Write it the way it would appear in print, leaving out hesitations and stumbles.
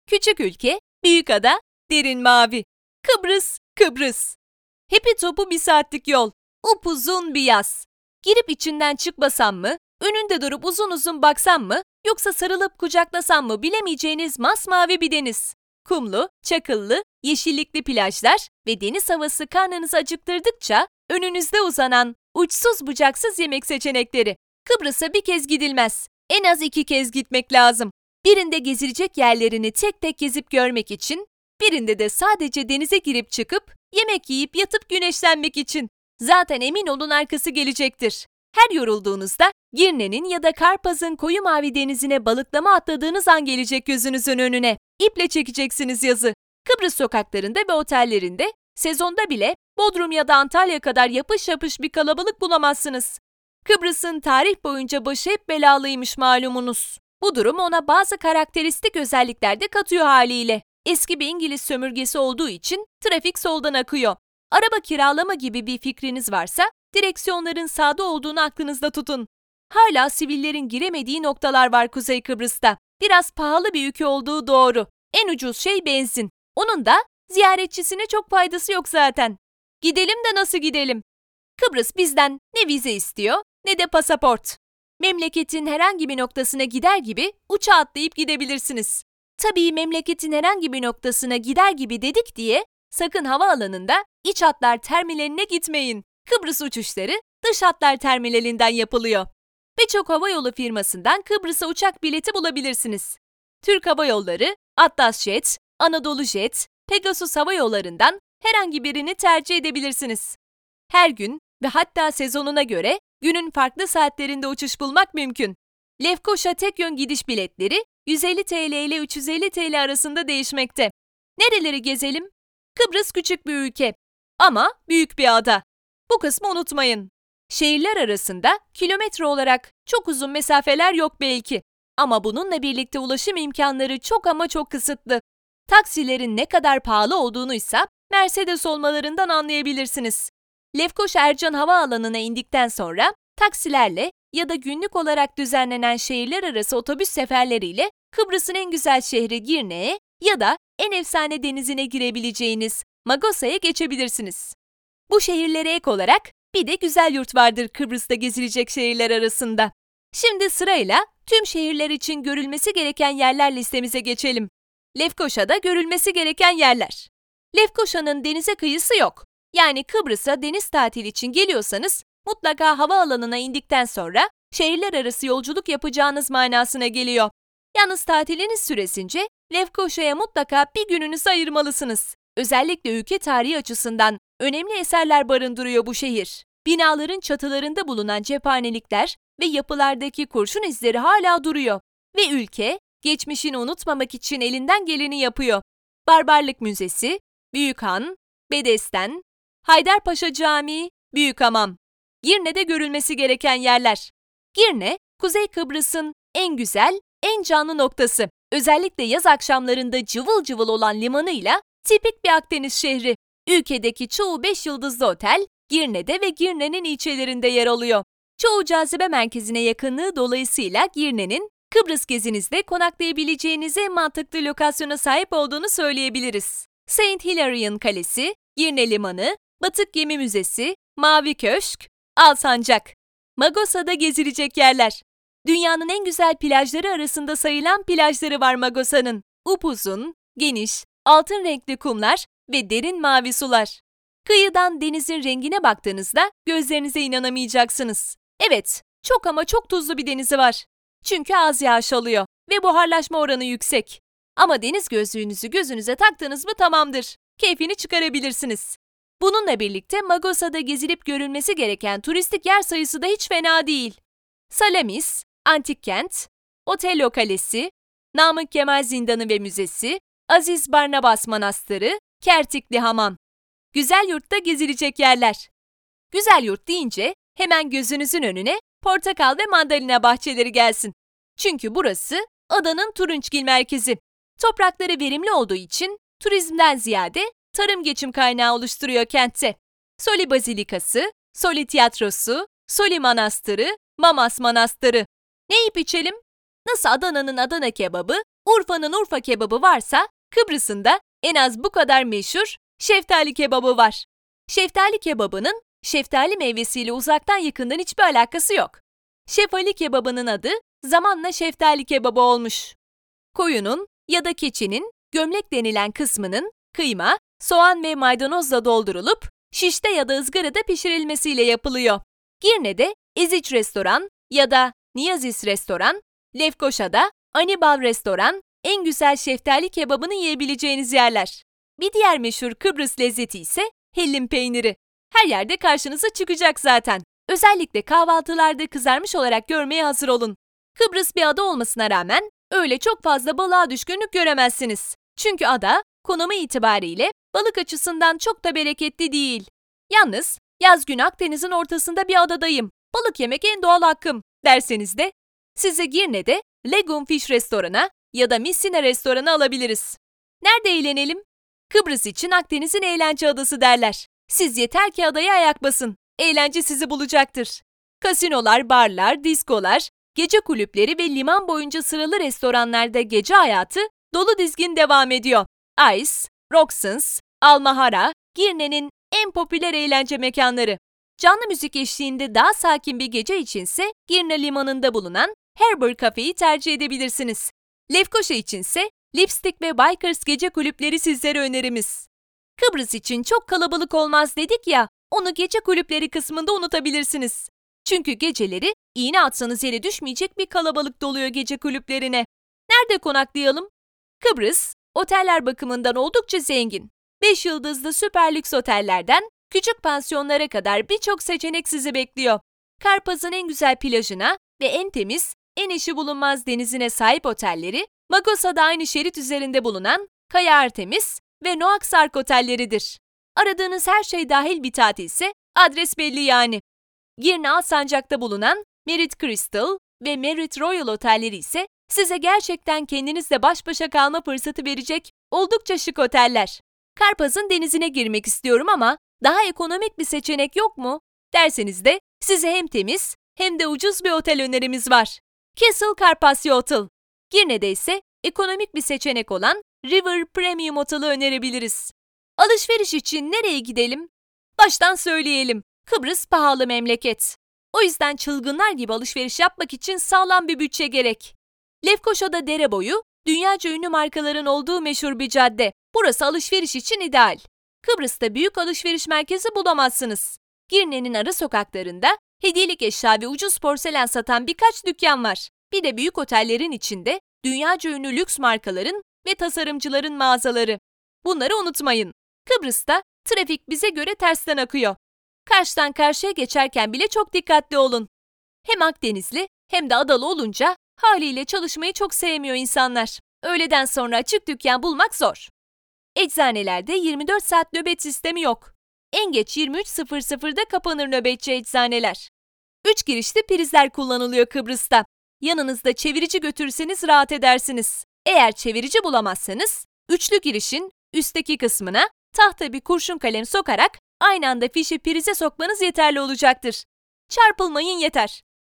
Küçük ülke, büyük ada, derin mavi. Kıbrıs, Kıbrıs. Hepi topu 1 saatlik yol. Upuzun bir yaz. Girip içinden çıkmasam mı, önünde durup uzun uzun baksam mı, yoksa sarılıp kucaklasam mı bilemeyeceğiniz masmavi bir deniz. Kumlu, çakıllı, yeşillikli plajlar ve deniz havası karnınızı acıktırdıkça önünüzde uzanan uçsuz bucaksız yemek seçenekleri. Kıbrıs'a bir kez gidilmez. En az 2 kez gitmek lazım. Birinde gezilecek yerlerini tek tek gezip görmek için, birinde de sadece denize girip çıkıp, yemek yiyip yatıp güneşlenmek için. Zaten emin olun arkası gelecektir. Her yorulduğunuzda Girne'nin ya da Karpaz'ın koyu mavi denizine balıklama atladığınız an gelecek gözünüzün önüne. İple çekeceksiniz yazı. Kıbrıs sokaklarında ve otellerinde sezonda bile Bodrum ya da Antalya kadar yapış yapış bir kalabalık bulamazsınız. Kıbrıs'ın tarih boyunca başı hep belalıymış malumunuz. Bu durum ona bazı karakteristik özellikler de katıyor haliyle. Eski bir İngiliz sömürgesi olduğu için trafik soldan akıyor. Araba kiralama gibi bir fikriniz varsa direksiyonların sağda olduğunu aklınızda tutun. Hala sivillerin giremediği noktalar var Kuzey Kıbrıs'ta. Biraz pahalı bir ülke olduğu doğru. En ucuz şey benzin. Onun da ziyaretçisine çok faydası yok zaten. Gidelim de nasıl gidelim? Kıbrıs bizden ne vize istiyor ne de pasaport. Memleketin herhangi bir noktasına gider gibi uçağa atlayıp gidebilirsiniz. Tabii memleketin herhangi bir noktasına gider gibi dedik diye sakın havaalanında iç hatlar terminaline gitmeyin. Kıbrıs uçuşları dış hatlar terminalinden yapılıyor. Birçok havayolu firmasından Kıbrıs'a uçak bileti bulabilirsiniz. Türk Hava Yolları, Atlas Jet, Anadolu Jet, Pegasus Hava Yolları'ndan herhangi birini tercih edebilirsiniz. Her gün ve hatta sezonuna göre günün farklı saatlerinde uçuş bulmak mümkün. Lefkoşa tek yön gidiş biletleri 150 TL ile 350 TL arasında değişmekte. Nereleri gezelim? Kıbrıs küçük bir ülke ama büyük bir ada. Bu kısmı unutmayın. Şehirler arasında kilometre olarak çok uzun mesafeler yok belki. Ama bununla birlikte ulaşım imkanları çok ama çok kısıtlı. Taksilerin ne kadar pahalı olduğunuysa Mercedes olmalarından anlayabilirsiniz. Lefkoşa Ercan Havaalanı'na indikten sonra taksilerle ya da günlük olarak düzenlenen şehirler arası otobüs seferleriyle Kıbrıs'ın en güzel şehri Girne'ye ya da en efsane denizine girebileceğiniz Magosa'ya geçebilirsiniz. Bu şehirlere ek olarak bir de Güzelyurt vardır Kıbrıs'ta gezilecek şehirler arasında. Şimdi sırayla tüm şehirler için görülmesi gereken yerler listemize geçelim. Lefkoşa'da görülmesi gereken yerler. Lefkoşa'nın denize kıyısı yok. Yani Kıbrıs'a deniz tatili için geliyorsanız mutlaka havaalanına indikten sonra şehirler arası yolculuk yapacağınız manasına geliyor. Yalnız tatiliniz süresince Lefkoşa'ya mutlaka bir gününüzü ayırmalısınız. Özellikle ülke tarihi açısından önemli eserler barındırıyor bu şehir. Binaların çatılarında bulunan cephanelikler ve yapılardaki kurşun izleri hala duruyor. Ve ülke, geçmişini unutmamak için elinden geleni yapıyor. Barbarlık Müzesi, Büyükhan, Bedesten, Haydarpaşa Camii, Büyükhamam. Girne'de görülmesi gereken yerler. Girne, Kuzey Kıbrıs'ın en güzel, en canlı noktası. Özellikle yaz akşamlarında cıvıl cıvıl olan limanıyla tipik bir Akdeniz şehri. Ülkedeki çoğu 5 yıldızlı otel, Girne'de ve Girne'nin ilçelerinde yer alıyor. Çoğu cazibe merkezine yakınlığı dolayısıyla Girne'nin Kıbrıs gezinizde konaklayabileceğiniz en mantıklı lokasyona sahip olduğunu söyleyebiliriz. Saint Hilarion Kalesi, Girne Limanı, Batık Gemi Müzesi, Mavi Köşk, Alsancak. Magosa'da gezilecek yerler. Dünyanın en güzel plajları arasında sayılan plajları var Magosa'nın. Upuzun, geniş, altın renkli kumlar ve derin mavi sular. Kıyıdan denizin rengine baktığınızda gözlerinize inanamayacaksınız. Evet, çok ama çok tuzlu bir denizi var. Çünkü az yağış alıyor ve buharlaşma oranı yüksek. Ama deniz gözlüğünüzü gözünüze taktınız mı tamamdır. Keyfini çıkarabilirsiniz. Bununla birlikte Magosa'da gezilip görülmesi gereken turistik yer sayısı da hiç fena değil. Salamis, Antik Kent, Otello Kalesi, Namık Kemal Zindanı ve Müzesi, Aziz Barnabas Manastırı, Kertikli Hamam. Güzelyurt'ta gezilecek yerler. Güzelyurt deyince hemen gözünüzün önüne portakal ve mandalina bahçeleri gelsin. Çünkü burası adanın turunçgil merkezi. Toprakları verimli olduğu için turizmden ziyade tarım geçim kaynağı oluşturuyor kentte. Soli Bazilikası, Soli Tiyatrosu, Soli Manastırı, Mamas Manastırı. Ne yiyip içelim? Nasıl Adana'nın Adana kebabı, Urfa'nın Urfa kebabı varsa Kıbrıs'ın da en az bu kadar meşhur şeftali kebabı var. Şeftali kebabının şeftali meyvesiyle uzaktan yakından hiçbir alakası yok. Şefali kebabının adı zamanla şeftali kebabı olmuş. Koyunun ya da keçinin gömlek denilen kısmının kıyma, soğan ve maydanozla doldurulup şişte ya da ızgarada pişirilmesiyle yapılıyor. Girne'de Eziç Restoran ya da Niyazis Restoran, Lefkoşa'da Anibal Restoran en güzel şeftali kebabını yiyebileceğiniz yerler. Bir diğer meşhur Kıbrıs lezzeti ise hellim peyniri. Her yerde karşınıza çıkacak zaten. Özellikle kahvaltılarda kızarmış olarak görmeye hazır olun. Kıbrıs bir ada olmasına rağmen öyle çok fazla balığa düşkünlük göremezsiniz. Çünkü ada konumu itibariyle balık açısından çok da bereketli değil. Yalnız yaz günü Akdeniz'in ortasında bir adadayım, balık yemek en doğal hakkım derseniz de size Girne'de Lagoon Fish Restoran'a ya da Messina Restoran'a alabiliriz. Nerede eğlenelim? Kıbrıs için Akdeniz'in eğlence adası derler. Siz yeter ki adaya ayak basın. Eğlence sizi bulacaktır. Kasinolar, barlar, diskolar, gece kulüpleri ve liman boyunca sıralı restoranlarda gece hayatı dolu dizgin devam ediyor. Ice, Roxanne's, Almahara, Girne'nin en popüler eğlence mekanları. Canlı müzik eşliğinde daha sakin bir gece içinse Girne limanında bulunan Harbour Cafe'yi tercih edebilirsiniz. Lefkoşa içinse Lipstick ve Bikers gece kulüpleri sizlere önerimiz. Kıbrıs için çok kalabalık olmaz dedik ya, onu gece kulüpleri kısmında unutabilirsiniz. Çünkü geceleri iğne atsanız yere düşmeyecek bir kalabalık doluyor gece kulüplerine. Nerede konaklayalım? Kıbrıs, oteller bakımından oldukça zengin. 5 yıldızlı süper lüks otellerden küçük pansiyonlara kadar birçok seçenek sizi bekliyor. Karpaz'ın en güzel plajına ve en temiz, en eşi bulunmaz denizine sahip otelleri, Magosa'da aynı şerit üzerinde bulunan Kaya Artemis ve Noaxark otelleridir. Aradığınız her şey dahil bir tatilse adres belli yani. Girne Alsancak'ta bulunan Merit Crystal ve Merit Royal otelleri ise size gerçekten kendinizle baş başa kalma fırsatı verecek oldukça şık oteller. Karpaz'ın denizine girmek istiyorum ama daha ekonomik bir seçenek yok mu derseniz de size hem temiz hem de ucuz bir otel önerimiz var. Castle Carpathia Hotel. Girne'de ise ekonomik bir seçenek olan River Premium Otel'ı önerebiliriz. Alışveriş için nereye gidelim? Baştan söyleyelim. Kıbrıs pahalı memleket. O yüzden çılgınlar gibi alışveriş yapmak için sağlam bir bütçe gerek. Lefkoşa'da dere boyu, dünyaca ünlü markaların olduğu meşhur bir cadde. Burası alışveriş için ideal. Kıbrıs'ta büyük alışveriş merkezi bulamazsınız. Girne'nin ara sokaklarında hediyelik eşya ve ucuz porselen satan birkaç dükkan var. Bir de büyük otellerin içinde dünyaca ünlü lüks markaların ve tasarımcıların mağazaları. Bunları unutmayın. Kıbrıs'ta trafik bize göre tersten akıyor. Karşıdan karşıya geçerken bile çok dikkatli olun. Hem Akdenizli hem de adalı olunca haliyle çalışmayı çok sevmiyor insanlar. Öğleden sonra açık dükkan bulmak zor. Eczanelerde 24 saat nöbet sistemi yok. En geç 23.00'da kapanır nöbetçi eczaneler. 3 girişli prizler kullanılıyor Kıbrıs'ta. Yanınızda çevirici götürürseniz rahat edersiniz. Eğer çevirici bulamazsanız, üçlü girişin üstteki kısmına tahta bir kurşun kalem sokarak aynı anda fişi prize sokmanız yeterli olacaktır. Çarpılmayın yeter.